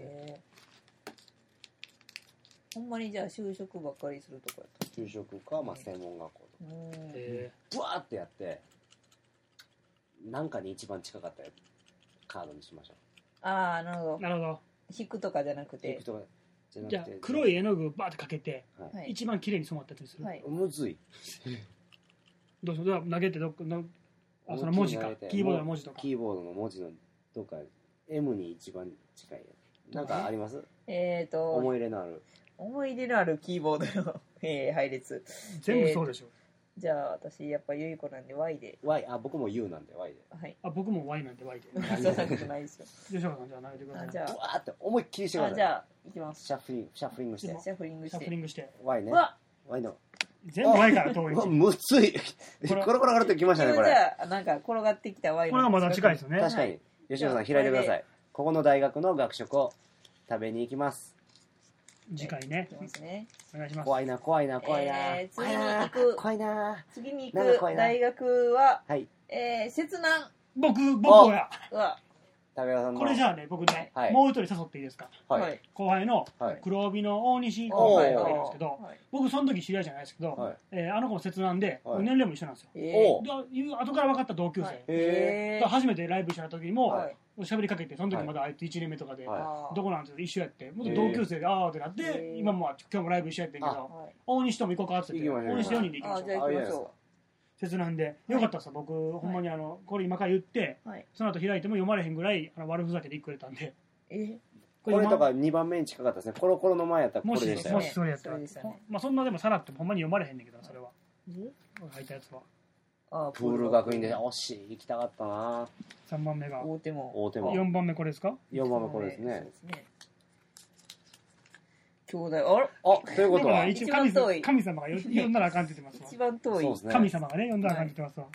ほんまにじゃあ就職ばっかりするとこやった？ 就職か専門学校とか。ブワーってやって。なんかに一番近かったカードにしましょう。 なるほど。 なるほど。 引くとかじゃなくて。 じゃあ黒い絵の具バーってかけて、一番綺麗に染まったやつにする。 むずい。 どうしよう。投げてその文字か、キーボードの文字とか。 キーボードの文字のどっか M に一番近いやつ。なんかあります？思い入れのある。 思い入れのあるキーボードの配列。 全部そうでしょ。 じゃあ私やっぱゆい子なんで Y で。 Y、僕も U なんで Y で。 はい。僕も Y なんで Y で。 そうさんことないですよ。 吉岡さんじゃあ投げてください。 じゃあ。 うわーって思いっきりしてください。 じゃあ行きます。 シャッフリングして。 シャッフリングして。 Y ね。Y の。 全部 Y から遠い。 むずい。コロコロコロってきましたねこれ。 じゃあなんか転がってきた Y の。 これがまだ近いですよね。 確かに。吉岡さん開いてください。ここの大学の学食を食べに行きます。 次回ね。お願いします。 怖いな。 次に行く大学は、摂南。 僕や。 武田さんのこれじゃあね、僕ね、もう一人誘っていいですか。後輩の黒帯の大西後輩がいるんですけど、僕その時知り合いじゃないですけど、あの子も摂南で、年齢も一緒なんですよ。後から分かった同級生。初めてライブした時も、喋りかけて、その時まだあいつ1年目とかで、どこなんですか一緒やって、同級生で、あーってなって、今も今日もライブ一緒やってんけど、大西とも行こうかって言って、大西4人で行きましょう。切なんで、よかったっす僕、ほんまにこれ今から言って、その後開いても読まれへんぐらい悪ふざけで1個入れたんで。 これとか2番目に近かったですね。コロコロの前やったらこれでしたよ。 もしそれやったら。まあそんなでもさらってほんまに読まれへんねんけど、それは。書いたやつは。 プール学院で惜しい、行きたかったな。 3番目が。 大手も。 4番目これですか ?4 番目これですね。 兄弟、あれということは一応神様が呼んだらあかんって言ってますわ。 一番遠い。 神様がね、呼んだらあかんって言ってますわ。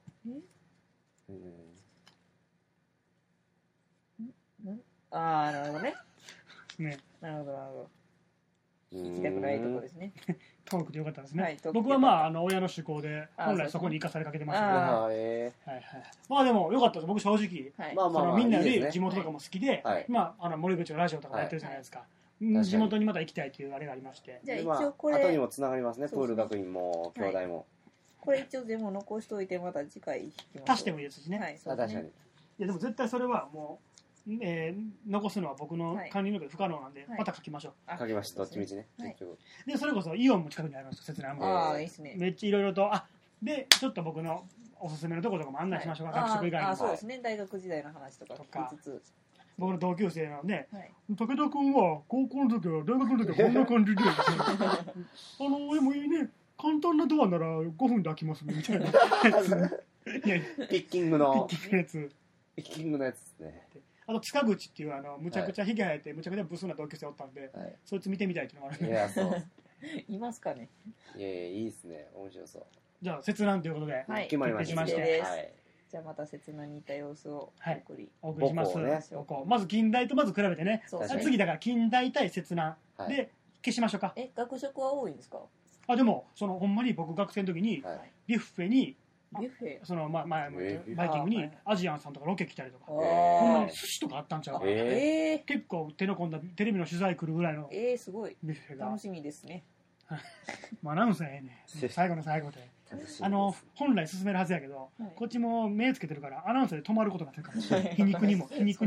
なるほどね。 ね。 なるほど。行きたくないとこですね。 トークでよかったですね。僕はまあ、親の趣向で、本来そこに生かされかけてましたけど。まあでも、よかったです。僕正直、みんなで地元とかも好きで、まあ、森口のラジオとかやってるじゃないですか。地元にまた行きたいというあれがありまして。 じゃあ一応これ後にもつながりますね。プール学院も兄弟も。 これ一応全部残しといてまた次回引きましょう。 足してもいいですしね。 確かに。いやでも絶対それはもう残すのは僕の管理能力不可能なんで、また書きましょう。 書きました。どっちみちね。 でそれこそイオンも近くにあるんですよ。切ないもいいですね。 めっちゃいろいろとでちょっと僕のおすすめのところとかも案内しましょうか。学食以外にも。 そうですね。大学時代の話とか聞きつつ。 僕の同級生のね、武田君は高校の時は大学の時はこんな感じででもいいね、簡単なドアなら5分で開きますねみたいなやつ。 ピッキングのやつ。 ピッキングのやつですね。 あと塚口っていうむちゃくちゃひげ生えてむちゃくちゃブスな同級生おったんで、そいつ見てみたいっていうのがあるんで。 いやそういますかね。 いやいいですね。面白そう。 じゃあ切断ということで決まりました。 じゃあまた切断にいた様子をお送りします。まず近代とまず比べてね。次だから近代対切断で消しましょうか。 学食は多いんですか？ でもほんまに僕学生の時にビュッフェにバイキングにアジアンさんとかロケ来たりとか、こんなに寿司とかあったんちゃうか。結構手の込んだテレビの取材来るぐらいのすごいビュッフェが。 楽しみですね。 アナウンサーね最後の最後で本来進めるはずやけど、こっちも目つけてるからアナウンサーで止まることがないから皮肉にも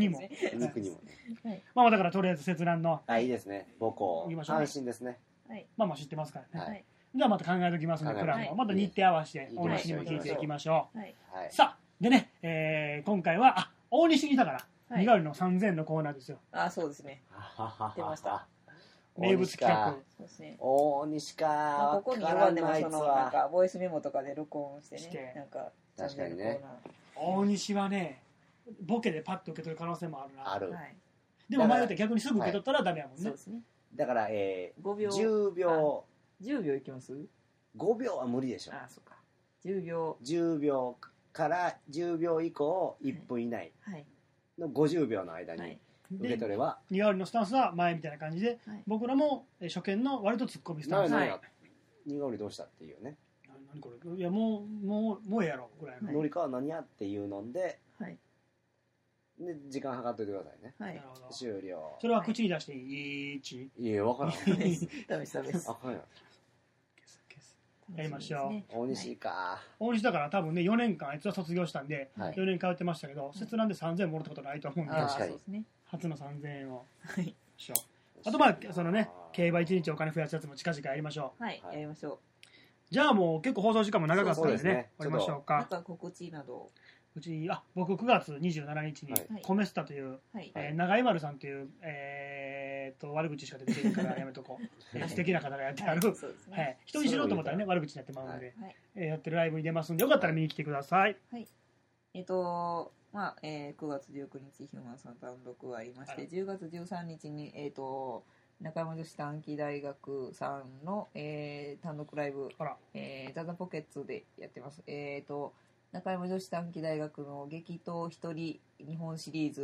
まあだからとりあえず切断のいいですね。母校安心ですね。 まあ知ってますからね。じゃあまた考えておきますので、プランをまた日程合わせて大西にも聞いていきましょう。さあでね、今回は大西にいたからにがりの3000のコーナーですよ。 そうですね。出ました。 名物企画。 大西か。 ここに呼ばんでもなんかボイスメモとかで録音してね。なんか確かにね。 大西はね、ボケでパッと受け取る可能性もあるな。 ある。 でも前言って逆にすぐ受け取ったらダメやもんね。 そうですね。 だから10秒。 10秒いきます？ 5 秒は無理でしょ。 そうか。10 秒から10秒以降1分以内の50秒の間に受け取れば。 にがりのスタンスは前みたいな感じで、僕らも初見の割とツッコミスタンス。 にがりどうしたっていうね。 何これ。いやもうええやろぐらいの。 のりかは何やっていうので、で時間計っといてくださいね。 なるほど。 終了。 それは口に出していい？ いや分からん。 ダメです。 あかんやん。 やりましょう。大西か。 大西だから多分ね4年間あいつは卒業したんで4年通ってましたけど、切断で3000円もらったことないと思うんで、 確かに初の3000円をしよう。あとまあそのね競馬1日お金増やすやつも近々やりましょう。 やりましょう。 じゃあもう結構放送時間も長かったんでね終わりましょうか。 なんか告知など。 僕9月27日にコメスタという長井丸さんという悪口しか出てないからやめとこう。素敵な方がやってある人にしようと思ったらね悪口になってまうのでやってるライブに出ますんでよかったら見に来てください。 9月19日ヒューマンさん単独がありまして、10月13日に中山女子短期大学さんの単独ライブザ・ザ・ポケッツでやってます。中山女子短期大学の激闘一人日本シリーズ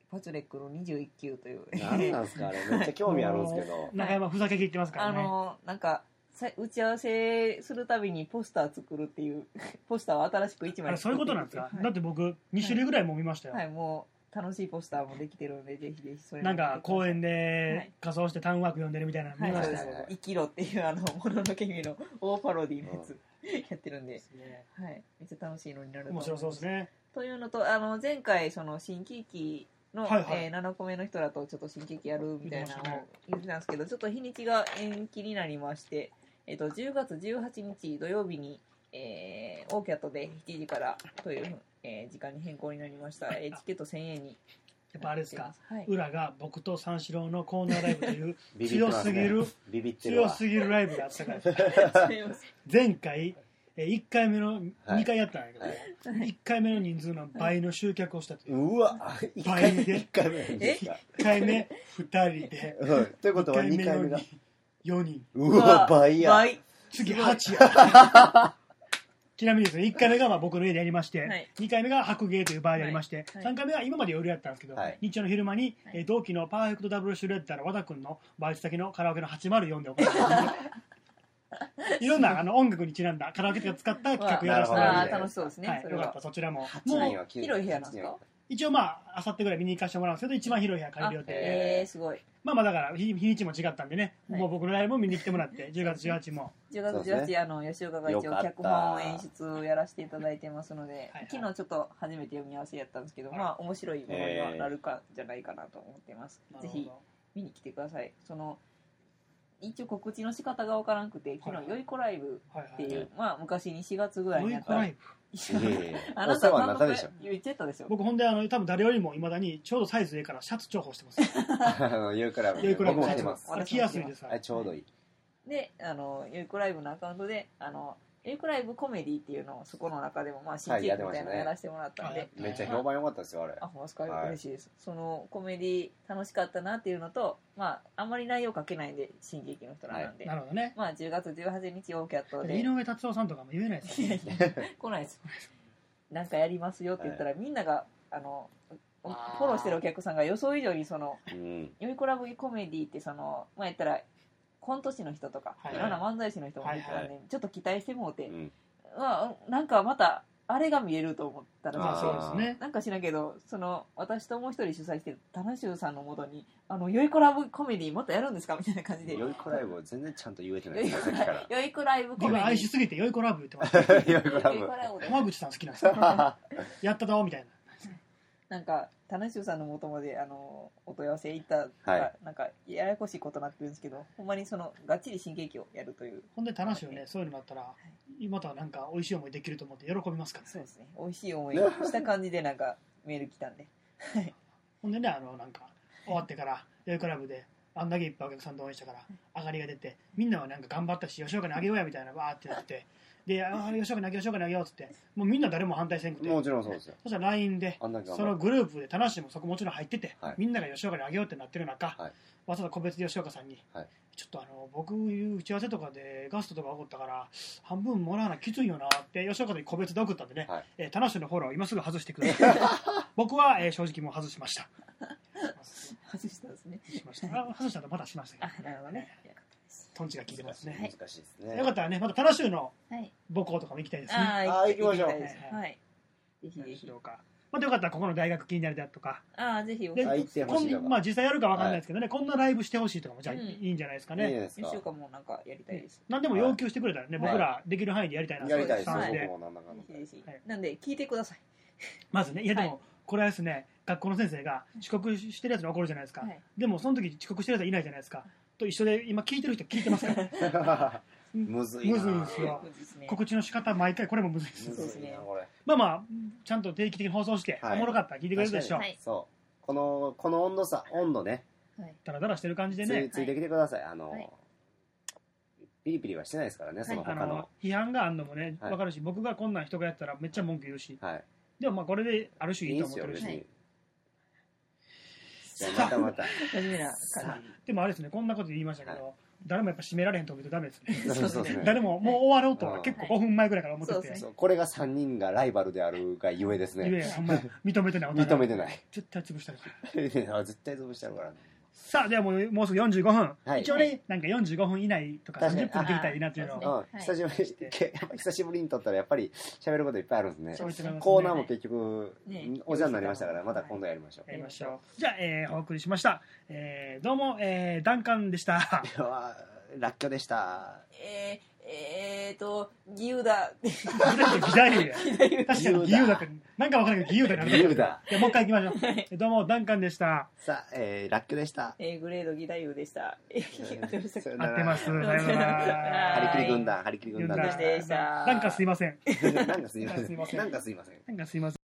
パチュレックの21級という何なんですかあれめっちゃ興味あるんですけど中山ふざけ切ってますからね。 なんか打ち合わせするたびにポスター作るっていうポスターを新しく1枚そういうことなんですか、だって僕2種類ぐらいも見ましたよ。 もう楽しいポスターもできてるのでぜひぜひそれなんか公園で仮装してタウンワーク読んでるみたいなの見ましたよ。 生きろっていうもののけ姫の大パロディのやつやってるんで、めっちゃ楽しいのになると思います。 面白そうですね。 というのと前回その新喜劇の、7個目の人らとちょっと新喜劇やるみたいなのを言ってたんですけど、ちょっと日にちが延期になりまして、10月18日土曜日に、オーキャットで7時からという、時間に変更になりました。チケット1000円に。 やっぱあれですか、裏が僕と三四郎のコーナーライブという強すぎる強すぎるライブがあったから前回1回目の2回やったんだけど、1回目の人数の倍の集客をしたという。 うわ倍で 1回目1 回目2人でということは2回目が 4人。 うわ倍や。 次8や。ちなみにですね、1回目が僕の家でやりまして、2回目が白芸というバーでやりまして、3回目は今まで夜やったんですけど、日曜の昼間に同期のパーフェクトダブルシュレッダーの和田君のバイト先のカラオケの804で行われていろんな音楽にちなんだカラオケが使った企画やらせてもらって、 楽しそうですね。 よかった、そちらも。 もう広い部屋なんですか？ 一応あさってぐらい見に行かせてもらうんですけど、一番広い部屋借りる予定。 すごい。 だから日にちも違ったんでね、もう僕のライブも見に来てもらって、10月18も。 10月18吉岡が一応脚本演出をやらせていただいてますので、昨日ちょっと初めて読み合わせやったんですけど、面白いものにはなるかじゃないかなと思っています。ぜひ見に来てください。一応告知の仕方がわからなくて、昨日よいこライブっていう、昔に4月ぐらいにやった。 あなたは何でしょ言ってたでしょ。 僕ほんで多分誰よりもいまだにちょうどサイズ上からシャツ重宝してます。 よいこライブ僕も着てます。着やすいです。 ちょうどいい。 でよいこライブのアカウントでよいこライブコメディっていうのをそこの中でも新喜劇みたいなのやらせてもらったんで、 めっちゃ評判良かったですよあれ。 ほんまですか？嬉しいです。そのコメディ楽しかったなっていうのと、あんまり内容書けないんで新喜劇の人なんで、 なるほどね。 10月18日オーキャットで井上達夫さんとかも言えないですね。 来ないです。なんかやりますよって言ったら、みんながフォローしてるお客さんが予想以上によいこラブコメディってやったらコント師の人とか、いろんな漫才師の人もいたんで、ちょっと期待してもうて、なんかまたあれが見えると思ったら、 そうですね。 なんか知らんけど私ともう一人主催してる田中修さんのもとによいこラブコメディもっとやるんですかみたいな感じで、 よいこライブを全然ちゃんと言えてないですさっきからよいこライブコメディ愛しすぎてよいこラブ言ってますよいこラブ浜口さん好きなんですよやったぞみたいな。 なんか田中さんの元までお問い合わせ行ったら、なんかややこしいことになってるんですけど、ほんまにがっちり新喜劇をやるという。 ほんで田中ね、そういうのだったら今とはなんか美味しい思いできると思って喜びますからね。 そうですね、美味しい思いした感じでなんかメール来たんでほんでねなんか終わってからよいこラブであんだけいっぱいお客さんと応援したから上がりが出て、みんなはなんか頑張ったし吉岡にあげようやみたいなわーってなってで吉岡にあげようっつって、もうみんな誰も反対せんくて、 もちろんそうですよ。 そしたら LINE でそのグループで田無もそこもちろん入ってて、みんなが吉岡にあげようってなってる中、わざわざ個別で吉岡さんに、ちょっと僕打ち合わせとかでガストとか起こったから半分もらわなきついよなって吉岡で個別で送ったんでね、田無のフォローを今すぐ外してください僕は、正直もう外しました外したんですね。 外したとまたしましたけど、 なるほどね。 トンチが効いてますね。 難しいですね。 よかったらね、また田無の母校とかも行きたいですね。 行きましょう。 はい。ぜひぜひ。 またよかったらここの大学気になるだとか。 ぜひ。 実際やるかわかんないですけどね、こんなライブしてほしいとかもじゃあいいんじゃないですかね。 1週間もなんかやりたいです。 何でも要求してくれたらね、僕らできる範囲でやりたいな。 やりたいです。 なんで聞いてください。 まずね、いやでもこれはですね、学校の先生が遅刻してるやつに怒るじゃないですか。でもその時遅刻してるやつはいないじゃないですか。と一緒で今聞いてる人聞いてますからむずいんですよ。告知の仕方毎回これもむずいです。ちゃんと定期的に放送しておもろかったら聞いてくれるでしょう。 そうこの温度ね、 ダラダラしてる感じでねついてきてください。ピリピリはしてないですからね。その他の批判があるのもね分かるし、僕がこんなん人がやったらめっちゃ文句言うし、でもこれである種いいと思ってるし、 じゃあまたまた。 でもあれですね、こんなこと言いましたけど、誰もやっぱ締められへんと思うとダメですね。 そうですね。 誰ももう終わろうとは結構5分前ぐらいから思ってて。 これが3人がライバルであるがゆえですね。 認めてない。 認めてない。 絶対潰したる。 絶対潰したるからね。 さあ、ではもうすぐ45分。一応ね、なんか45分以内とか30分できたらいいなっていうのを。 久しぶりに撮ったらやっぱり喋ることいっぱいあるんですね。コーナーも結局おじゃんになりましたから、また今度やりましょう。 じゃあ、お送りしました。どうも、ダンカンでした。 らっきょでした。 義勇だ。 義太夫や。確かに義勇だって、なんかわからないけど義勇だな。 義勇だ。 もう一回行きましょう。どうも、ダンカンでした。 さあ、らっきょでした。 グレード義太夫でした。 合ってます。さよなら。 ハリキリ軍団でした。 なんかすいません。 なんかすいません。なんかすいません。 なんかすいません。